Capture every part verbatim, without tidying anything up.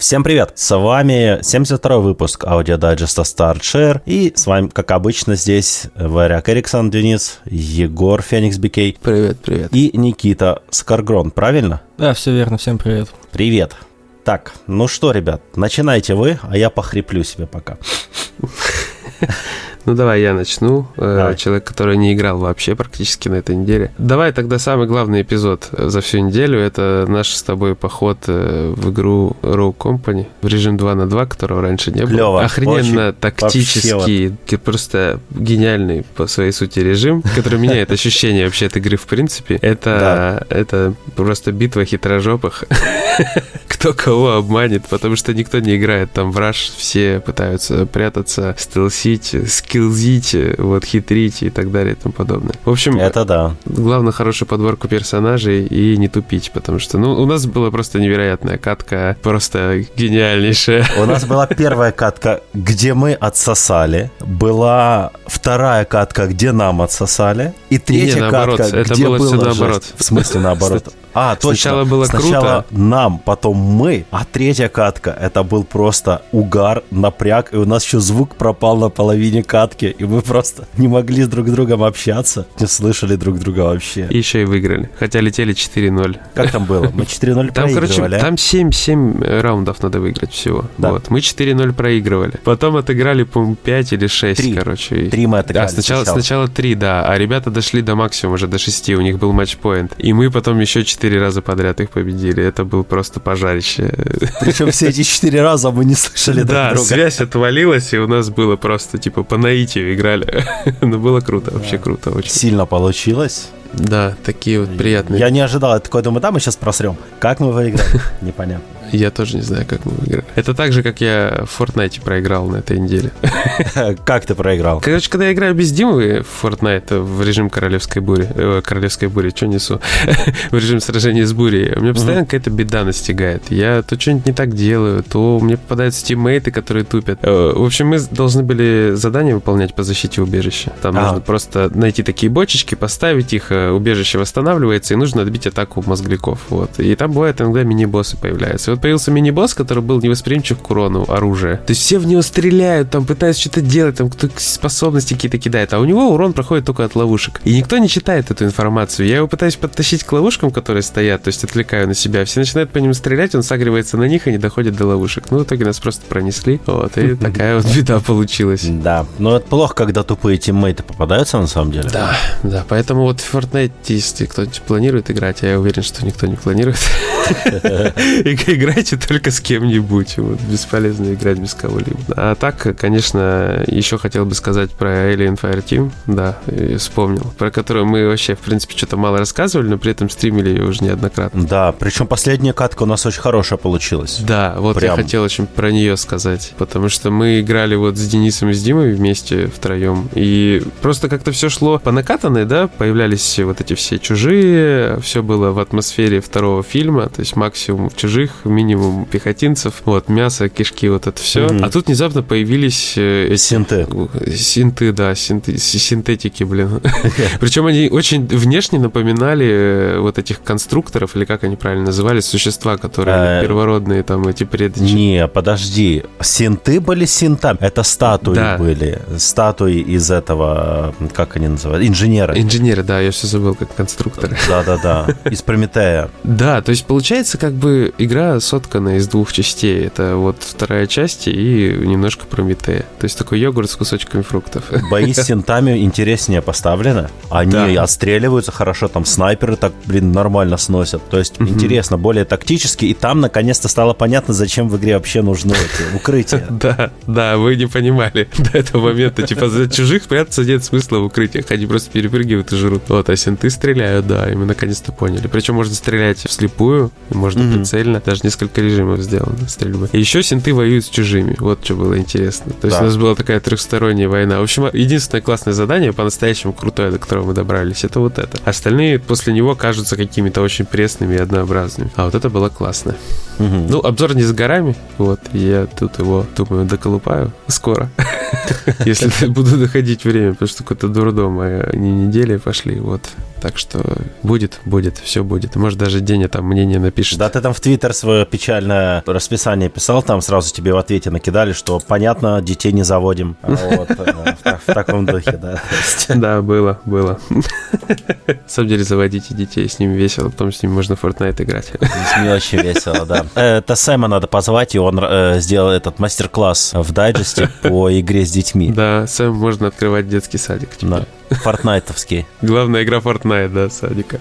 Всем привет! С вами семьдесят второй выпуск аудиодайджеста StartShare. И с вами, как обычно, здесь Варяг Эриксон, Денис, Егор, Феникс би кей. Привет, привет. И Никита Скоргрон, правильно? Да, все верно, всем привет. Привет. Так, ну что, ребят, начинайте вы, а я похриплю себе пока. Ну, давай я начну. Давай. Человек, который не играл вообще практически на этой неделе. Давай тогда самый главный эпизод за всю неделю. Это наш с тобой поход в игру Rogue Company в режим два на два, которого раньше не было. Клево. Охрененно Очень тактический, вот. Просто гениальный по своей сути режим, который меняет ощущение вообще от игры в принципе. Это, да. это просто битва хитрожопых. Кто кого обманет, потому что никто не играет там в Rush. Все пытаются прятаться, стелсить, скилзить, вот, хитрить и так далее и тому подобное. В общем, это да. Главное, хорошую подборку персонажей и не тупить, потому что, ну, у нас была просто невероятная катка, просто гениальнейшая. У нас была первая катка, где мы отсосали, была вторая катка, где нам отсосали, и третья не, наоборот, катка, это где было все было наоборот. Жесть. В смысле наоборот? А, точно. Сначала было Сначала круто. нам, потом мы, а третья катка, это был просто угар, напряг, и у нас еще звук пропал на половине катки, и мы просто не могли с друг с другом общаться, не слышали друг друга вообще. И еще и выиграли, хотя летели четыре ноль. Как там было? Мы четыре ноль там, проигрывали. Короче, там семь раундов надо выиграть всего. Да. Вот. Мы четыре ноль проигрывали. Потом отыграли, по-моему, пять или шесть, три. короче. Три мы отыграли. Да, сначала, сначала три, да, а ребята дошли до максимума, уже до шести, у них был матчпоинт. И мы потом еще четыре раза подряд их победили. Это был просто пожарище. Причем все эти четыре раза мы не слышали друг друга. Да, связь отвалилась, и у нас было просто, типа, по наитию играли. Но было круто, вообще круто. Очень. Сильно получилось. Да, такие вот приятные. Я не ожидал, я такой думаю, да, мы сейчас просрем. Как мы выиграли? Непонятно. Я тоже не знаю, как мы выиграли. Это так же, как я в Fortnite проиграл на этой неделе. Как ты проиграл? Короче, когда я играю без Димы в Fortnite в режим Королевской бури, э, Королевской бури, что несу? В режим сражения с бурей, у меня постоянно uh-huh. какая-то беда настигает. Я то что-нибудь не так делаю, то мне попадаются тиммейты, которые тупят. В общем, мы должны были задание выполнять по защите убежища. Там а. нужно просто найти такие бочечки, поставить их, убежище восстанавливается, и нужно отбить атаку мозгляков. Вот. И там бывает иногда мини-боссы появляются. И вот появился мини-босс, который был невосприимчив к урону оружия. То есть все в него стреляют, там пытаются что-то делать, там кто способности какие-то кидает, а у него урон проходит только от ловушек. И никто не читает эту информацию. Я его пытаюсь подтащить к ловушкам, которые стоят, то есть отвлекаю на себя. Все начинают по нему стрелять, он сагривается на них и не доходит до ловушек. Ну, в итоге нас просто пронесли. Вот, и такая вот беда получилась. Да, но это плохо, когда тупые тиммейты попадаются на самом деле. Да, да, поэтому вот в Fortnite, если кто-нибудь планирует играть, я уверен, что никто не планирует, играйте только с кем-нибудь. Бесполезно играть без кого-либо. А так, конечно, еще хотел бы сказать про Alien Fireteam. Да, вспомнил. Про которую мы вообще, в принципе, что-то мало рассказывали, но при этом стримили ее уже неоднократно. Да, причем последняя катка у нас очень хорошая получилась. Да, вот Прям. Я хотел очень про нее сказать. Потому что мы играли вот с Денисом и с Димой вместе втроем. И просто как-то все шло по накатанной, да, появлялись вот эти все чужие, все было в атмосфере второго фильма, то есть максимум чужих, минимум пехотинцев, вот, мясо, кишки, вот это все. Mm-hmm. А тут внезапно появились эти... Синты. Синты, да, синты, синтетики, блин. Причем они очень внешне напоминали вот этих конструкторов, или как они правильно назывались, существа, которые первородные, там, эти предочи. Не, подожди. Синты были синтами. Это статуи были. Статуи из этого, как они называют? Инженеры. Инженеры, да, я все забыл, как конструкторы. Да-да-да, из Прометея. Да, то есть получается как бы игра соткана из двух частей. Это вот вторая часть и немножко Прометея. То есть такой йогурт с кусочками фруктов. Бои с синтами интереснее поставлены. Они да. отстреливаются хорошо, там снайперы так, блин, нормально сносят. То есть mm-hmm. интересно, более тактически. И там наконец-то стало понятно, зачем в игре вообще нужны эти укрытия. Да, да, вы не понимали до этого момента. Типа за чужих прятаться нет смысла в укрытиях. Они просто перепрыгивают и жрут. Вот, а синты стреляют, да, и мы наконец-то поняли. Причем можно стрелять вслепую, можно mm-hmm. прицельно. Даже несколько режимов сделано стрельбы. И еще синты воюют с чужими. Вот что было интересно. То есть да. у нас была такая трехсторонняя война. В общем, единственное классное задание, по-настоящему крутое, до которого мы добрались, это вот это. Остальные после него кажутся какими-то очень пресными и однообразными. А вот это было классно. Угу. Ну, обзор не с горами. Вот, я тут его, думаю, доколупаю скоро. Если буду доходить время, потому что какой-то дурдом, а не недели пошли. Вот. Так что будет, будет, все будет. Может, даже Деня там мнение напишет. Да, ты там в Твиттер свое печальное расписание писал, там сразу тебе в ответе накидали, что, понятно, детей не заводим. Вот, в таком духе, да. Да, было, было. На самом деле, заводите детей, с ними весело, потом с ними можно в Fortnite играть. С ними очень весело, да. Это Сэма надо позвать, и он э, сделал этот мастер-класс в дайджесте по игре с детьми. Да, Сэм можно открывать детский садик. Да. Фортнайтовский. Главная игра Fortnite, да, садика.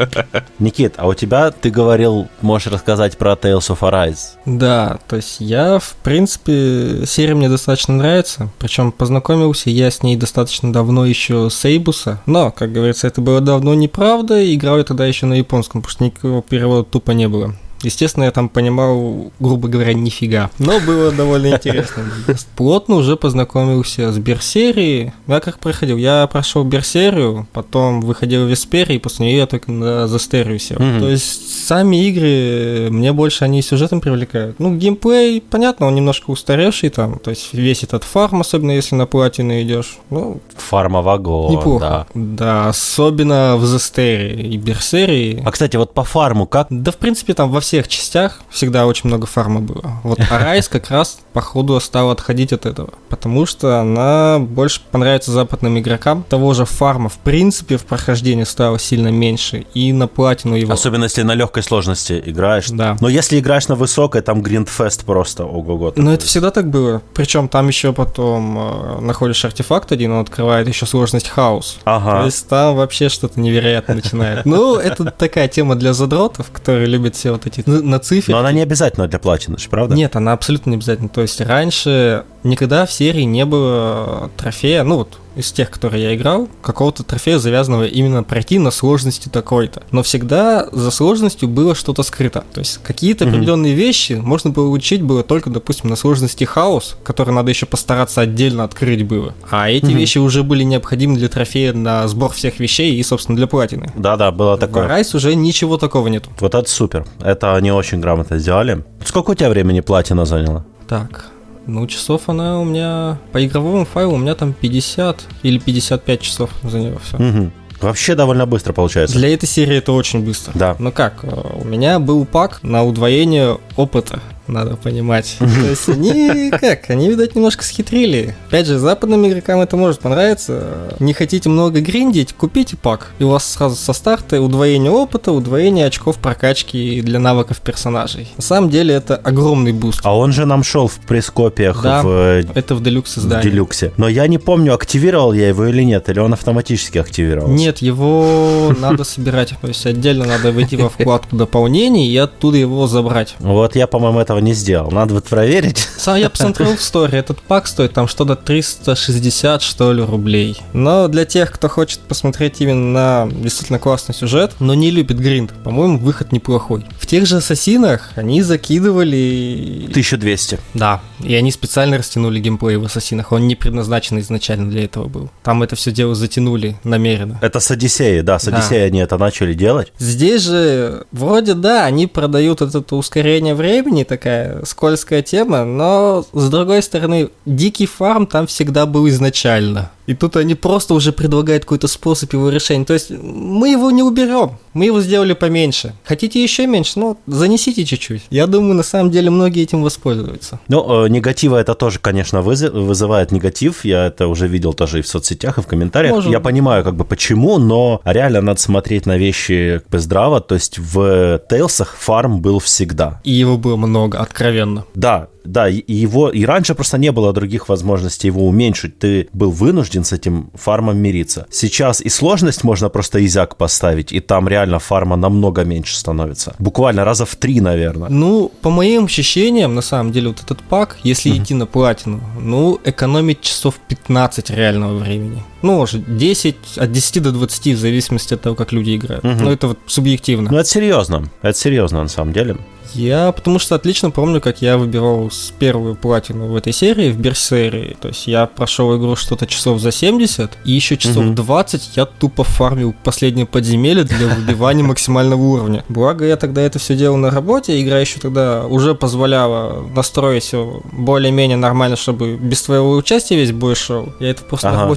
Никит, а у тебя, ты говорил, можешь рассказать про Tales of Arise? Да, то есть я, в принципе, серия мне достаточно нравится, причем познакомился я с ней достаточно давно еще с Эйбуса, но, как говорится, это было давно неправда, играл я тогда еще на японском, потому что никакого перевода тупо не было. Естественно, я там понимал, грубо говоря, нифига. Но было довольно интересно. Плотно уже познакомился с Берсерией. Я как проходил? Я прошел Берсерию, потом выходил в Весперии, и после нее я только на Зестерию сел. Mm-hmm. То есть сами игры, мне больше они сюжетом привлекают. Ну, геймплей, понятно, он немножко устаревший там. То есть весь этот фарм, особенно если на платину идешь. Ну, фарма вагон, неплохо. Да. Да, особенно в Зестерии и Берсерии. А, кстати, вот по фарму как? Да, в принципе, там во всех частях всегда очень много фарма было. Вот Arise как раз, походу, стал отходить от этого, потому что она больше понравится западным игрокам. Того же фарма, в принципе, в прохождении стало сильно меньше, и на платину его... Особенно, если на легкой сложности играешь. Да. Но если играешь на высокой, там гриндфест просто ого-го. Но это всегда так было. Причем там еще потом э, находишь артефакт один, он открывает еще сложность хаос. Ага. То есть там вообще что-то невероятное начинает. Ну, это такая тема для задротов, которые любят все вот эти на цифре. Но она не обязательно для платины, правда? Нет, она абсолютно не обязательно. То есть раньше никогда в серии не было трофея, ну вот из тех, которые я играл, какого-то трофея, завязанного именно пройти на сложности такой-то. Но всегда за сложностью было что-то скрыто. То есть какие-то mm-hmm. определенные вещи можно было учить было только, допустим, на сложности хаос, который надо еще постараться отдельно открыть было. А эти mm-hmm. вещи уже были необходимы для трофея на сбор всех вещей и, собственно, для платины. Да-да, было такое. В Arise уже ничего такого нету. Вот это супер. Это они очень грамотно сделали. Сколько у тебя времени платина заняла? Так... Ну, часов она у меня... По игровому файлу у меня там пятьдесят или пятьдесят пять часов заняло все. Угу. Вообще довольно быстро получается. Для этой серии это очень быстро. Да. Ну как, у меня был пак на удвоение опыта, надо понимать. То есть они как, они, видать, немножко схитрили. Опять же, западным игрокам это может понравиться. Не хотите много гриндить, купите пак. И у вас сразу со старта удвоение опыта, удвоение очков прокачки для навыков персонажей. На самом деле это огромный буст. А он же нам шел в пресс-копиях. Да, в... это в делюкс издании. В делюксе. Но я не помню, активировал я его или нет, или он автоматически активировался. Нет, его надо собирать. То есть отдельно надо войти во вкладку дополнений и оттуда его забрать. Вот я, по-моему, этого не сделал. Надо вот проверить. Сам я посмотрел в сторе, этот пак стоит там что-то триста шестьдесят, что ли, рублей. Но для тех, кто хочет посмотреть именно на действительно классный сюжет, но не любит гринд, по-моему, выход неплохой. В тех же Ассасинах они закидывали... тысяча двести. Да, и они специально растянули геймплей в Ассасинах. Он не предназначен изначально для этого был. Там это все дело затянули намеренно. Это с Одиссеей, да, с Одиссеей да. Они это начали делать. Здесь же, вроде да, они продают это ускорение времени, такая скользкая тема, но, с другой стороны, дикий фарм там всегда был изначально. И тут они просто уже предлагают какой-то способ его решения. То есть мы его не уберем, мы его сделали поменьше. Хотите еще меньше? Ну, занесите чуть-чуть. Я думаю, на самом деле многие этим воспользуются. Ну, э, негатива это тоже, конечно, вызы- вызывает негатив. Я это уже видел тоже и в соцсетях, и в комментариях. Может. Я понимаю, как бы почему, но реально надо смотреть на вещи как бы здраво. То есть в Тейлсах фарм был всегда. И его было много, откровенно. Да. Да, и его и раньше просто не было других возможностей его уменьшить. Ты был вынужден с этим фармом мириться. Сейчас и сложность можно просто изяк поставить, и там реально фарма намного меньше становится. Буквально раза в три, наверное. Ну, по моим ощущениям, на самом деле, вот этот пак, если mm-hmm. идти на платину, ну, экономить часов пятнадцать реального времени. Ну, может, десять, от десяти до двадцати, в зависимости от того, как люди играют. Mm-hmm. Ну, это вот субъективно. Ну, это серьезно. Это серьезно, на самом деле. Я потому что отлично помню, как я выбирал с первую платину в этой серии, в Берсерии. То есть я прошел игру что-то часов за семьдесят, и еще часов mm-hmm. двадцать я тупо фармил последнее подземелье для выбивания максимального уровня. Благо я тогда это все делал на работе, игра еще тогда уже позволяла настроить все более-менее нормально, чтобы без твоего участия весь бой шел. Я это просто ага. на работе включал,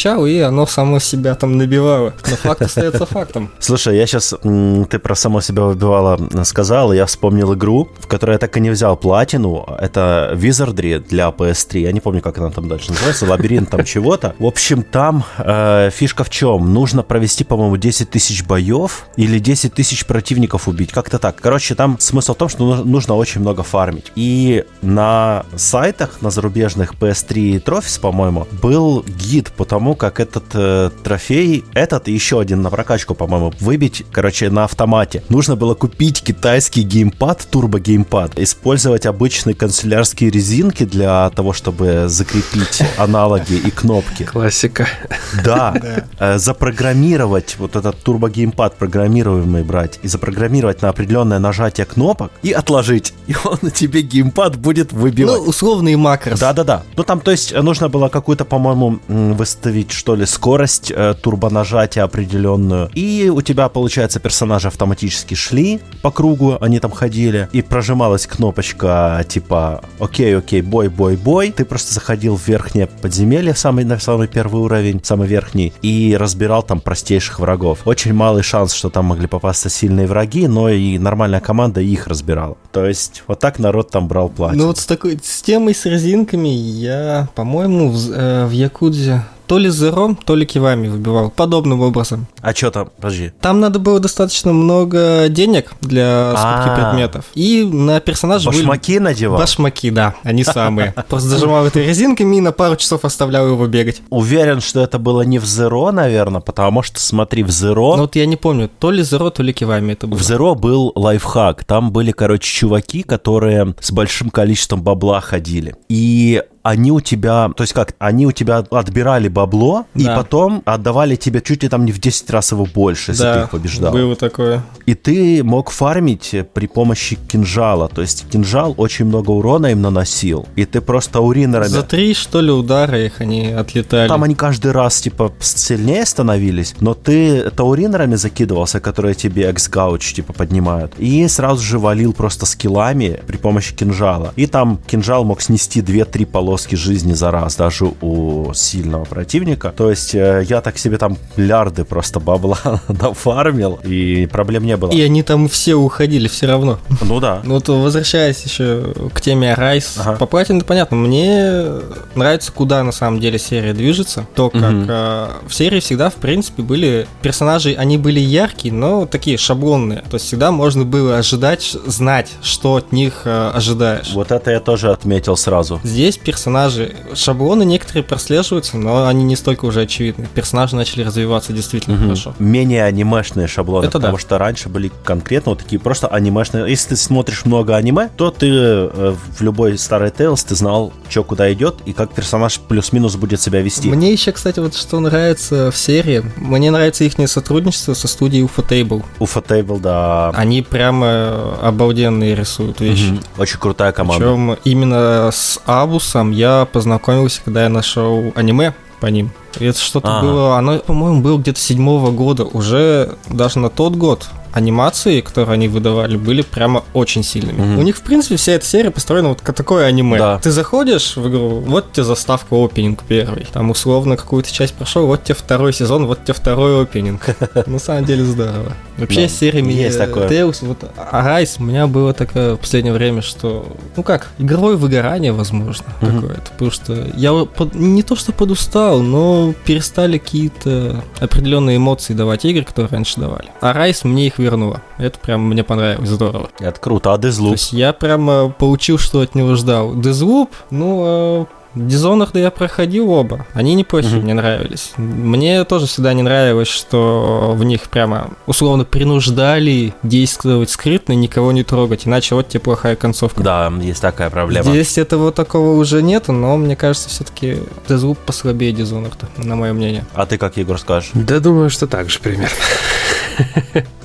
включал, и оно само себя там набивало. Но факт остается фактом. Слушай, я сейчас, ты про само себя выбивало сказал, и я вспомнил игру, в которой я так и не взял платину. Это Wizardry для пи эс три. Я не помню, как она там дальше называется. Лабиринт там чего-то. В общем, там э, фишка в чем? Нужно провести, по-моему, десять тысяч боев или десять тысяч противников убить. Как-то так. Короче, там смысл в том, что нужно очень много фармить. И на сайтах, на зарубежных пи эс три Trophies, по-моему, был гид по тому, как этот э, трофей, этот и еще один на прокачку, по-моему, выбить, короче, на автомате. Нужно было купить китайский геймпад, турбо-геймпад, использовать обычные канцелярские резинки для того, чтобы закрепить аналоги и кнопки. Классика. Да. Э, запрограммировать вот этот турбо-геймпад, программируемый брать, и запрограммировать на определенное нажатие кнопок и отложить. И он на тебе геймпад будет выбивать. Ну, условные макросы. Да-да-да. Ну, там, то есть, нужно было какую-то, по-моему, выставить, что ли, скорость э, турбонажатия определенную. И у тебя, получается, персонажи автоматически шли по кругу, они там ходили, и прожималась кнопочка типа «Окей, окей, бой, бой, бой». Ты просто заходил в верхнее подземелье, самый, на самый первый уровень, самый верхний, и разбирал там простейших врагов. Очень малый шанс, что там могли попасться сильные враги, но и нормальная команда их разбирала. То есть, вот так народ там брал платину. Ну вот с такой, с темой с резинками я, по-моему, в, э, в Якудзе то ли Zero, то ли Кивами выбивал. Подобным образом. А что там? Подожди. Там надо было достаточно много денег для скупки А-а-а. предметов. И на персонажа башмаки были... надевал? Башмаки, да. Они самые. Просто зажимал этой резинками и на пару часов оставлял его бегать. Уверен, что это было не в Zero, наверное, потому что, смотри, в Zero... Ну вот я не помню, то ли Zero, то ли Кивами это было. В Zero был лайфхак. Там были, короче, чуваки, которые с большим количеством бабла ходили. И... они у тебя, то есть как, они у тебя отбирали бабло, да. И потом отдавали тебе чуть ли там не в десять раз его больше, если да, ты их побеждал. Было такое. И ты мог фармить при помощи кинжала, то есть кинжал очень много урона им наносил, и ты просто уринерами... За три, что ли, удара их они отлетали. Там они каждый раз, типа, сильнее становились, но ты тауринерами закидывался, которые тебе экс-гауч, типа, поднимают, и сразу же валил просто скиллами при помощи кинжала. И там кинжал мог снести две-три полоски жизни за раз, даже у сильного противника. То есть э, я так себе там миллиарды просто бабла дофармил, и проблем не было. И они там все уходили все равно. Ну да. Ну вот возвращаясь еще к теме Райс, ага. По платине понятно, мне нравится, куда на самом деле серия движется. То, как угу. э, в серии всегда, в принципе, были персонажи, они были яркие, но такие шаблонные. То есть всегда можно было ожидать, знать, что от них э, ожидаешь. Вот это я тоже отметил сразу. Здесь персонажи Персонажи, шаблоны некоторые прослеживаются, но они не столько уже очевидны. Персонажи начали развиваться действительно угу. хорошо. Менее анимешные шаблоны, это потому да. что раньше были конкретно вот такие просто анимешные. Если ты смотришь много аниме, то ты э, в любой старой Tales ты знал, что куда идет и как персонаж плюс-минус будет себя вести. Мне еще, кстати, вот что нравится в серии, мне нравится их сотрудничество со студией Ufotable. Ufotable, да. Они прямо обалденные рисуют вещи. Угу. Очень крутая команда. Причем именно с Абусом я познакомился, когда я нашел аниме по ним. И это что-то ага. было, оно, по-моему, было где-то седьмого года. Уже даже на тот год анимации, которые они выдавали, были прямо очень сильными. Mm-hmm. У них, в принципе, вся эта серия построена вот как такое аниме. Да. Ты заходишь в игру, вот тебе заставка опенинг первый. Там условно какую-то часть прошел, вот тебе второй сезон, вот тебе второй опенинг. На самом деле здорово. Вообще с сериями Tales, вот Arise у меня было такое в последнее время, что, ну как, игровое выгорание, возможно, какое-то. Потому что я не то что подустал, но перестали какие-то определенные эмоции давать игры, которые раньше давали. Arise мне их вернуло. Это прям мне понравилось, здорово. Это круто. А Deathloop? То есть я прям получил, что от него ждал. Deathloop, ну, Dishonored я проходил оба. Они неплохие, mm-hmm. мне нравились. Мне тоже всегда не нравилось, что в них прямо условно принуждали действовать скрытно, никого не трогать, иначе вот тебе плохая концовка. Да, есть такая проблема. Здесь этого такого уже нету, но мне кажется, все-таки Deathloop послабее Dishonored, на мое мнение. А ты как, Егор, скажешь? Да думаю, что так же примерно.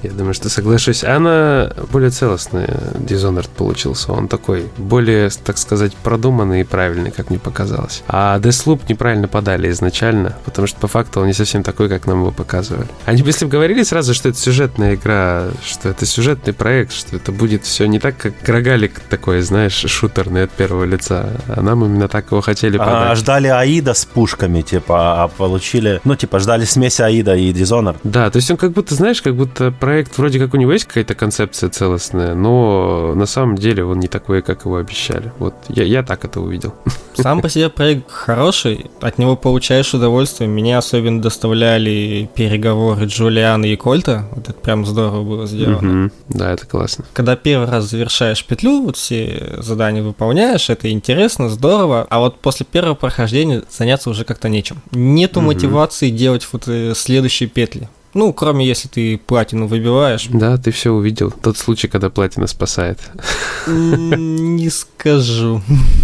Я думаю, что соглашусь. Она более целостная, Dishonored получился. Он такой более, так сказать, продуманный и правильный, как мне показалось. А Deathloop неправильно подали изначально, потому что по факту он не совсем такой, как нам его показывали. Они бы, если бы говорили сразу, что это сюжетная игра, что это сюжетный проект, что это будет все не так, как рогалик такой, знаешь, шутерный от первого лица. А нам именно так его хотели подать. А ждали Аида с пушками, типа, а получили... Ну, типа, ждали смеси Аида и Dishonored. Да, то есть он как будто, знаешь, как будто проект, вроде как у него есть какая-то концепция целостная, но на самом деле он не такой, как его обещали. Вот я, я так это увидел. Сам по себе проект хороший, от него получаешь удовольствие. Меня особенно доставляли переговоры Джулиана и Кольта. Вот это прям здорово было сделано. Угу. Да, это классно. Когда первый раз завершаешь петлю, вот все задания выполняешь, это интересно, здорово. А вот после первого прохождения заняться уже как-то нечем. Нету угу. мотивации делать вот следующие петли. Ну, кроме если ты платину выбиваешь. Да, ты все увидел. Тот случай, когда платина спасает. Не скажу.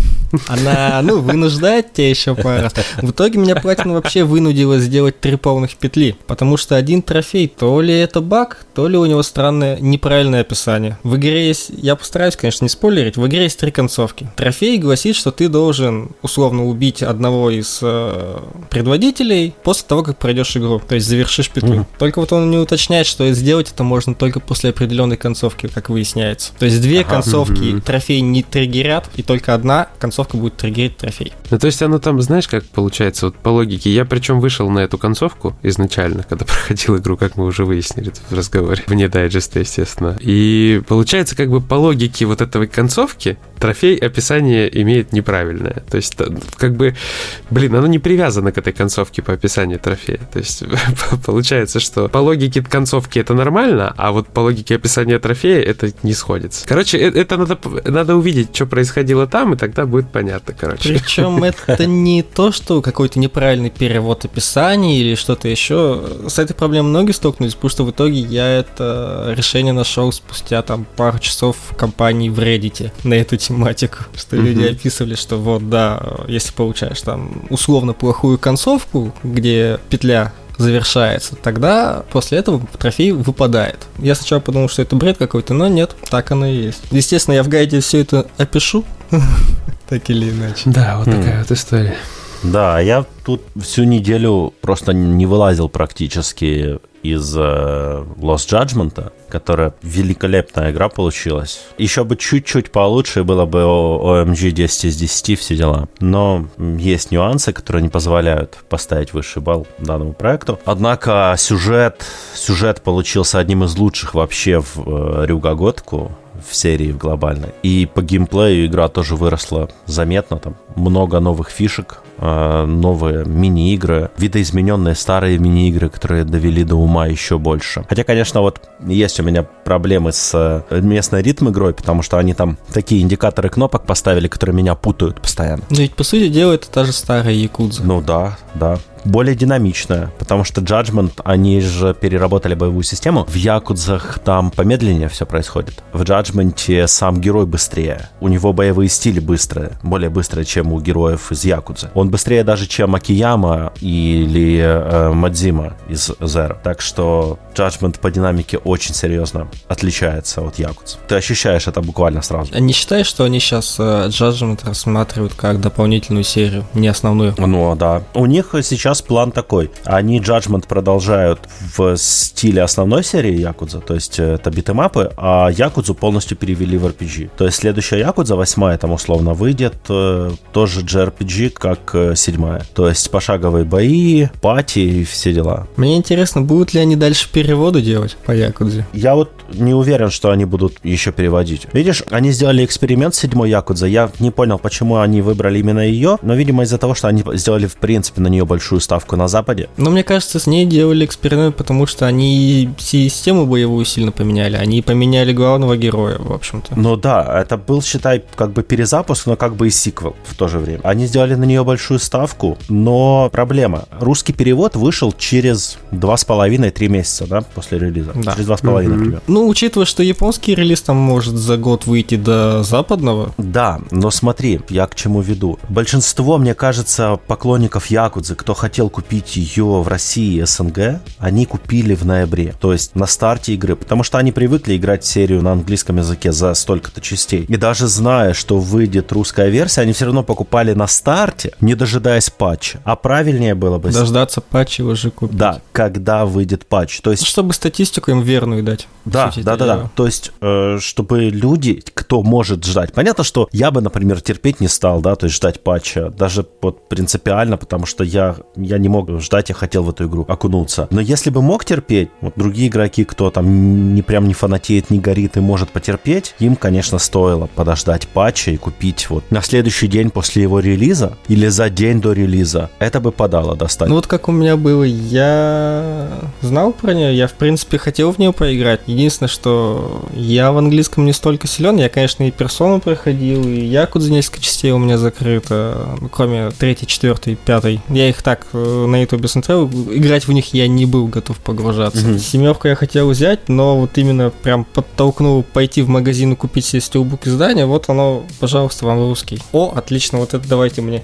Она, ну, вынуждает тебя еще пару раз. В итоге меня платина вообще вынудила сделать три полных петли, потому что один трофей, то ли это баг, то ли у него странное неправильное описание. В игре есть, я постараюсь, конечно, не спойлерить, в игре есть три концовки. Трофей гласит, что ты должен условно убить одного из э, предводителей после того, как пройдешь игру, то есть завершишь петлю. Mm-hmm. Только вот он не уточняет, что сделать это можно только после определенной концовки, как выясняется. То есть две ага. концовки mm-hmm. трофей не триггерят, и только одна концовка будет триггерить трофей. Ну, то есть оно там, знаешь, как получается, вот по логике, я причем вышел на эту концовку изначально, когда проходил игру, как мы уже выяснили в разговоре, вне дайджеста, естественно. И получается, как бы по логике вот этой концовки трофей описание имеет неправильное. То есть, как бы, блин, оно не привязано к этой концовке по описанию трофея. То есть, получается, что по логике концовки это нормально, а вот по логике описания трофея это не сходится. Короче, это надо, надо увидеть, что происходило там, и тогда будет понятно, короче. Причем это не то, что какой-то неправильный перевод описания или что-то еще. С этой проблемой многие столкнулись, потому что в итоге я это решение нашел спустя там пару часов в компании в Reddit на эту тематику, что mm-hmm. люди описывали, что вот, да, если получаешь там условно плохую концовку, где петля завершается, тогда после этого трофей выпадает. Я сначала подумал, что это бред какой-то, но нет, так оно и есть. Естественно, я в гайде все это опишу, так или иначе. Да, вот такая вот история. Да, я тут всю неделю просто не вылазил практически из uh, Lost Judgment, которая великолепная игра получилась. Еще бы чуть-чуть получше было бы о эм джи десять из десяти, все дела. Но есть нюансы, которые не позволяют поставить высший балл данному проекту. Однако сюжет, сюжет получился одним из лучших вообще в uh, Рюгогодку, в серии в глобальной. И по геймплею игра тоже выросла заметно. Там много новых фишек, новые мини-игры, видоизмененные старые мини-игры, которые довели до ума еще больше. Хотя, конечно, вот есть у меня проблемы с местной ритм-игрой, потому что они там такие индикаторы кнопок поставили, которые меня путают постоянно. Но ведь, по сути дела, это та же старая Якудза. Ну да, да. Более динамичная, потому что Judgment, они же переработали боевую систему. В Якудзах там помедленнее все происходит. В Judgment сам герой быстрее. У него боевые стили быстрые, более быстрые, чем у героев из Якудзы. Он быстрее даже, чем Акияма или э, Мадзима из Zero. Так что Judgment по динамике очень серьезно отличается от Якудзы. Ты ощущаешь это буквально сразу. А не считаешь, что они сейчас э, Judgment рассматривают как дополнительную серию, не основную? Ну да. У них сейчас план такой. Они Judgment продолжают в стиле основной серии Якудза, то есть это битэмапы, а Якудзу полностью перевели в ар пи джи. То есть следующая Якудза, восьмая, там условно выйдет, э, тоже джей ар пи джи, как э, седьмая. То есть пошаговые бои, пати и все дела. Мне интересно, будут ли они дальше переводы делать по Якудзе? Я вот не уверен, что они будут еще переводить. Видишь, они сделали эксперимент с седьмой Якудза. Я не понял, почему они выбрали именно ее, но, видимо, из-за того, что они сделали, в принципе, на нее большую ставку на Западе. Но мне кажется, с ней делали эксперимент, потому что они систему боевую сильно поменяли. Они поменяли главного героя, в общем-то. Ну да, это был, считай, как бы перезапуск, но как бы и сиквел в то же время. Они сделали на нее большую ставку, но проблема. Русский перевод вышел через два с половиной-три месяца, да, после релиза. Да. Через два с половиной, например. Ну, учитывая, что японский релиз там может за год выйти до западного. Да, но смотри, я к чему веду. Большинство, мне кажется, поклонников Якудзы, кто хотел хотел купить ее в России и СНГ, они купили в ноябре, то есть на старте игры, потому что они привыкли играть серию на английском языке за столько-то частей. И даже зная, что выйдет русская версия, они все равно покупали на старте, не дожидаясь патча. А правильнее было бы... Дождаться патча уже купить. Да, когда выйдет патч. То есть... Чтобы статистику им верную дать. Да, да, да, да. То есть, э, чтобы люди, кто может ждать. Понятно, что я бы, например, терпеть не стал, да, то есть ждать патча. Даже вот принципиально, потому что я, я не мог ждать, я хотел в эту игру окунуться. Но если бы мог терпеть, вот другие игроки, кто там не прям не фанатеет, не горит и может потерпеть, им, конечно, стоило подождать патча и купить вот на следующий день после его релиза или за день до релиза. Это бы подало достать. Ну вот как у меня было, я знал про нее, я в принципе хотел в нее поиграть. Единственное, что я в английском не столько силен, я, конечно, и персону проходил, и Якудзу несколько частей у меня закрыто, кроме третьей, четвертой, пятой. Я их так на ютубе смотрел, играть в них я не был готов погружаться. Mm-hmm. Семерку я хотел взять, но вот именно прям подтолкнул пойти в магазин и купить себе стилбук издания, вот оно, пожалуйста, вам русский. О, отлично, вот это давайте мне.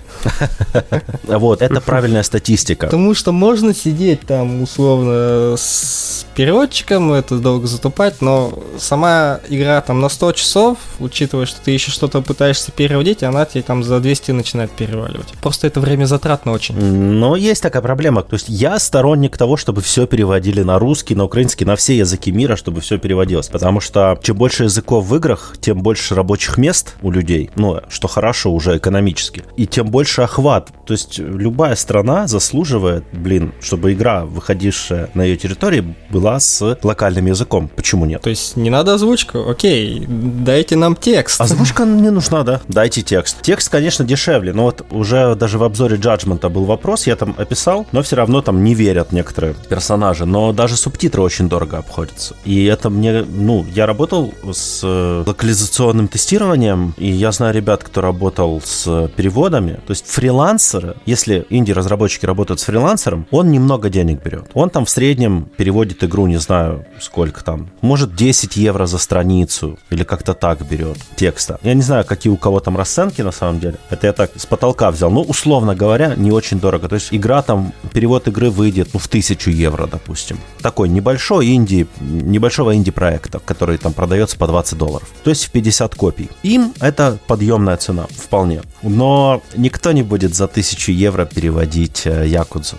Вот, это правильная статистика. Потому что можно сидеть там, условно, с переводчиком, это долго затупать, но сама игра там на сто часов, учитывая, что ты еще что-то пытаешься переводить, она тебе там за двести начинает переваливать. Просто это время затратно очень. Но есть такая проблема. То есть я сторонник того, чтобы все переводили на русский, на украинский, на все языки мира, чтобы все переводилось. Потому что чем больше языков в играх, тем больше рабочих мест у людей, ну, что хорошо уже экономически, и тем больше охват. То есть любая страна заслуживает, блин, чтобы игра, выходившая на ее территории, была с локальным языком. Почему нет? То есть не надо озвучку? Окей, дайте нам текст. Озвучка не нужна, да? Дайте текст. Текст, конечно, дешевле, но вот уже даже в обзоре Judgment был вопрос, я там описал, но все равно там не верят некоторые персонажи, но даже субтитры очень дорого обходятся. И это мне, ну, я работал с локализационным тестированием, и я знаю ребят, кто работал с переводами, то есть фрилансеры, если инди-разработчики работают с фрилансером, он немного денег берет. Он там в среднем переводит игру, не знаю, сколько там, может десять евро за страницу, или как-то так берет текста. Я не знаю, какие у кого там расценки на самом деле, это я так с потолка взял, но, условно говоря, не очень дорого. То есть игра там, перевод игры выйдет, ну, в тысячу евро, допустим. Такой небольшой инди, небольшого инди-проекта, который там продается по двадцать долларов. То есть в пятьдесят копий. Им это подъемная цена, вполне. Но никто не будет за тысячу евро переводить Якудзу.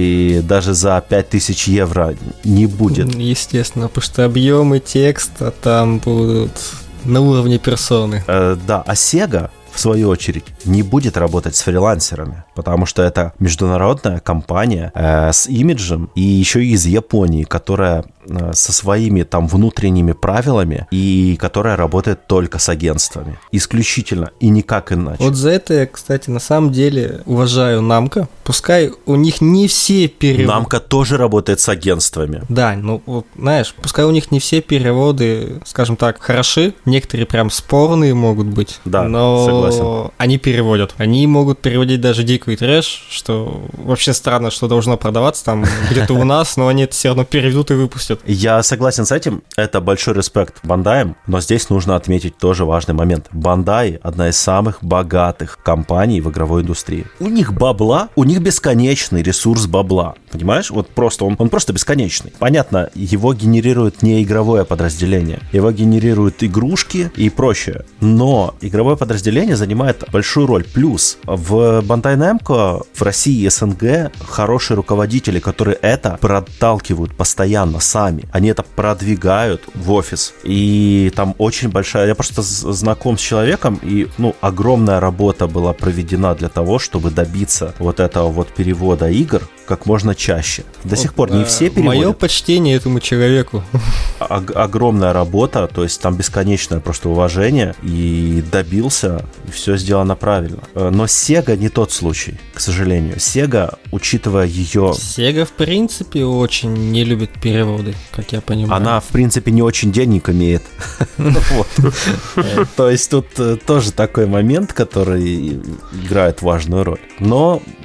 И даже за пять тысяч евро не будет. Естественно, потому что объемы текста там будут на уровне персоны. Э, да, а Sega, в свою очередь, не будет работать с фрилансерами, потому что это международная компания э, с имиджем и еще и из Японии, которая э, со своими там внутренними правилами и которая работает только с агентствами. Исключительно и никак иначе. Вот за это я, кстати, на самом деле уважаю Namco. Пускай у них не все переводы... Namco тоже работает с агентствами. Да, ну вот, знаешь, пускай у них не все переводы, скажем так, хороши, некоторые прям спорные могут быть. Да, но... согласен. Они переводят. Они могут переводить даже дикий трэш, что вообще странно, что должно продаваться там где-то у нас, но они это все равно переведут и выпустят. Я согласен с этим. Это большой респект Бандаям, но здесь нужно отметить тоже важный момент. Бандай – одна из самых богатых компаний в игровой индустрии. У них бабла, у них бесконечный ресурс бабла. Понимаешь? Вот просто он, он просто бесконечный. Понятно, его генерирует не игровое подразделение. Его генерируют игрушки и прочее. Но игровое подразделение занимает большую роль. Плюс в Bandai Namco в России и СНГ хорошие руководители, которые это проталкивают постоянно сами. Они это продвигают в офис. И там очень большая... Я просто знаком с человеком, и ну, огромная работа была проведена для того, чтобы добиться вот этого вот перевода игр как можно чаще. До сих пор не все переводят. Мое почтение этому человеку. О- огромная работа, то есть там бесконечное просто уважение, и добился, и все сделано правильно. Но Sega не тот случай, к сожалению. Sega, учитывая ее... Sega, в принципе, очень не любит переводы, как я понимаю. Она, в принципе, не очень денег имеет. То есть тут тоже такой момент, который играет важную роль. Но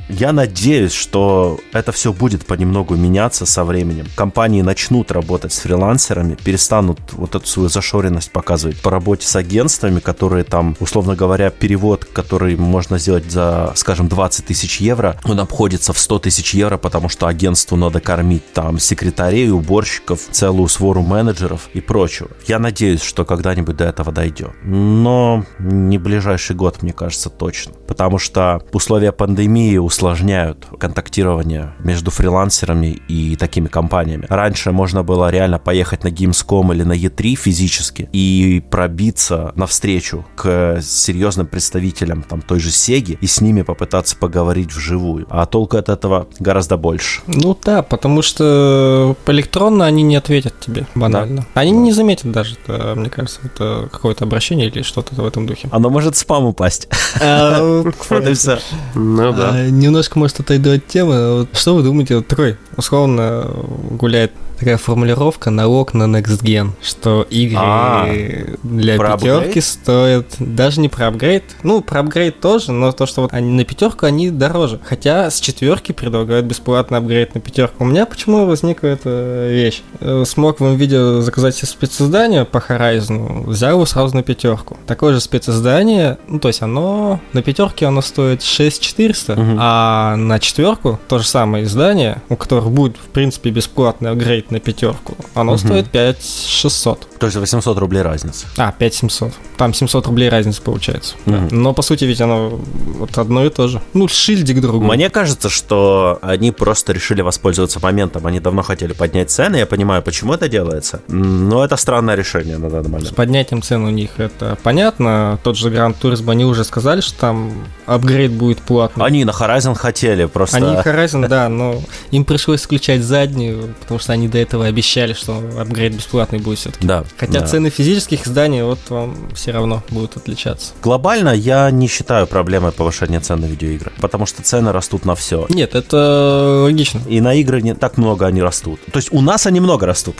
Я надеюсь, что это все будет понемногу меняться со временем. Компании начнут работать с фрилансерами, перестанут вот эту свою зашоренность показывать по работе с агентствами, которые там, условно говоря, перевод, который можно сделать за, скажем, двадцать тысяч евро, он обходится в сто тысяч евро, потому что агентству надо кормить там секретарей, уборщиков, целую свору менеджеров и прочего. Я надеюсь, что когда-нибудь до этого дойдет. Но не ближайший год, мне кажется, точно. Потому что условия пандемии усложняют контактирование между фрилансерами и такими компаниями. Раньше можно было реально поехать на Gamescom или на и три физически и пробиться навстречу к серьезным представителям там той же Сеги и с ними попытаться поговорить вживую. А толку от этого гораздо больше. Ну да, потому что электронно они не ответят тебе, банально. Да. Они да. не заметят даже, это, мне кажется, это какое-то обращение или что-то в этом духе. Оно может в спам упасть. Вот и все. Ну да. Немножко, может, отойду от темы. Что вы думаете, вот такой, условно, гуляет такая формулировка налог на Next Gen, что игры а, для пятерки стоят даже не про апгрейд, ну, про апгрейд тоже, но то, что вот они на пятерку, они дороже. Хотя с четверки предлагают бесплатный апгрейд на пятерку. У меня почему возникла эта вещь? Смог в видео заказать себе специздание по Horizon, взял его сразу на пятерку. Такое же специздание, ну, то есть оно на пятерке оно стоит шесть тысяч четыреста, угу. а на четверку то же самое издание, у которых будет, в принципе, бесплатный апгрейд на пятерку, оно угу. стоит пять тысяч шестьсот. То есть восемьсот рублей разница. А, пять тысяч семьсот. Там семьсот рублей разница получается. Угу. Да. Но по сути ведь оно вот одно и то же. Ну, шильдик другой. Мне кажется, что они просто решили воспользоваться моментом. Они давно хотели поднять цены. Я понимаю, почему это делается. Но это странное решение на данный момент. С поднятием цен у них это понятно. Тот же Gran Turismo, они уже сказали, что там апгрейд будет платный. Они на Horizon хотели просто. Они Horizon, да, но им пришлось включать заднюю, потому что они до этого обещали, что апгрейд бесплатный будет все-таки. Да. Хотя да. цены физических изданий вот вам все равно будут отличаться. Глобально я не считаю проблемой повышения цен на видеоигры, потому что цены растут на все. Нет, это логично. И на игры не так много они растут. То есть у нас они много растут.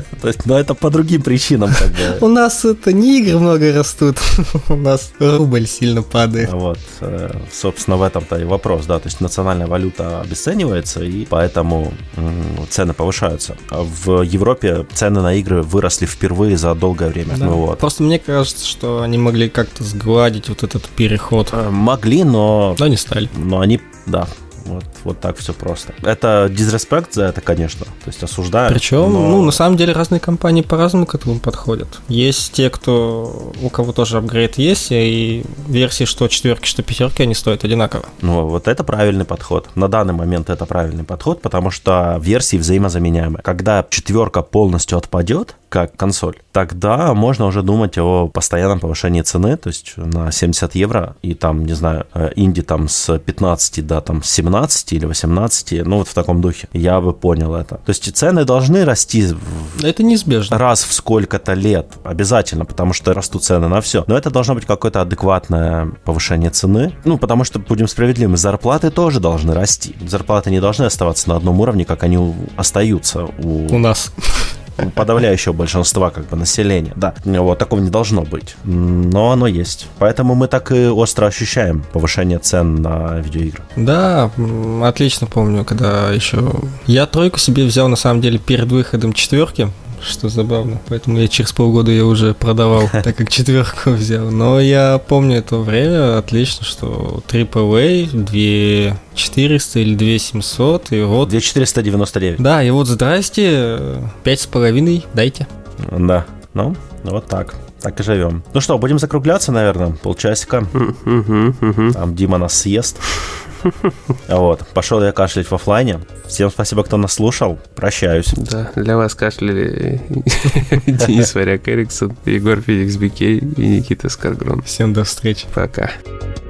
Но это по другим причинам. У нас это не игры много растут, у нас рубль сильно падает. Вот, собственно, в этом-то и вопрос, да, то есть национальная валюта обесценивается, и поэтому цены повышаются. В Европе цены на игры выросли впервые за долгое время. Да. Ну, вот. Просто мне кажется, что они могли как-то сгладить вот этот переход. Могли, но... Но не стали. Но они, да, вот, вот так все просто. Это дизреспект за это, конечно, то есть осуждаю. Причем, но... ну, на самом деле, разные компании по-разному к этому подходят. Есть те, кто, у кого тоже апгрейд есть, и версии что четверки, что пятерки, они стоят одинаково. Ну, вот это правильный подход. На данный момент это правильный подход, потому что версии взаимозаменяемые. Когда четверка полностью отпадет, как консоль, тогда можно уже думать о постоянном повышении цены, то есть на семьдесят евро, и там, не знаю, инди там с пятнадцати до там семнадцати или восемнадцати, ну вот в таком духе. Я бы понял это. То есть цены должны расти это неизбежно. Раз в сколько-то лет, обязательно, потому что растут цены на все. Но это должно быть какое-то адекватное повышение цены. Ну, потому что, будем справедливыми, зарплаты тоже должны расти. Зарплаты не должны оставаться на одном уровне, как они остаются у... У нас. Подавляющего большинства как бы населения, да, вот такого не должно быть, но оно есть, поэтому мы так и остро ощущаем повышение цен на видеоигры. Да, отлично помню, когда еще я тройку себе взял на самом деле перед выходом четверки, что забавно, поэтому я через полгода ее уже продавал, так как четверку взял. Но я помню это время отлично, что трипл эй, две четыреста или две семьсот, и вот... две четыреста девяносто девять. Да, и вот здрасте, пять с половиной дайте. Да, ну, вот так. Так и живем. Ну что, будем закругляться, наверное, полчасика. Там Дима нас съест. Вот, пошел я кашлять в офлайне. Всем спасибо, кто нас слушал. Прощаюсь. Да, для вас кашляли Денис Варяк Эриксон, Егор Феникс Бикей и Никита Скаргрон. Всем до встречи. Пока.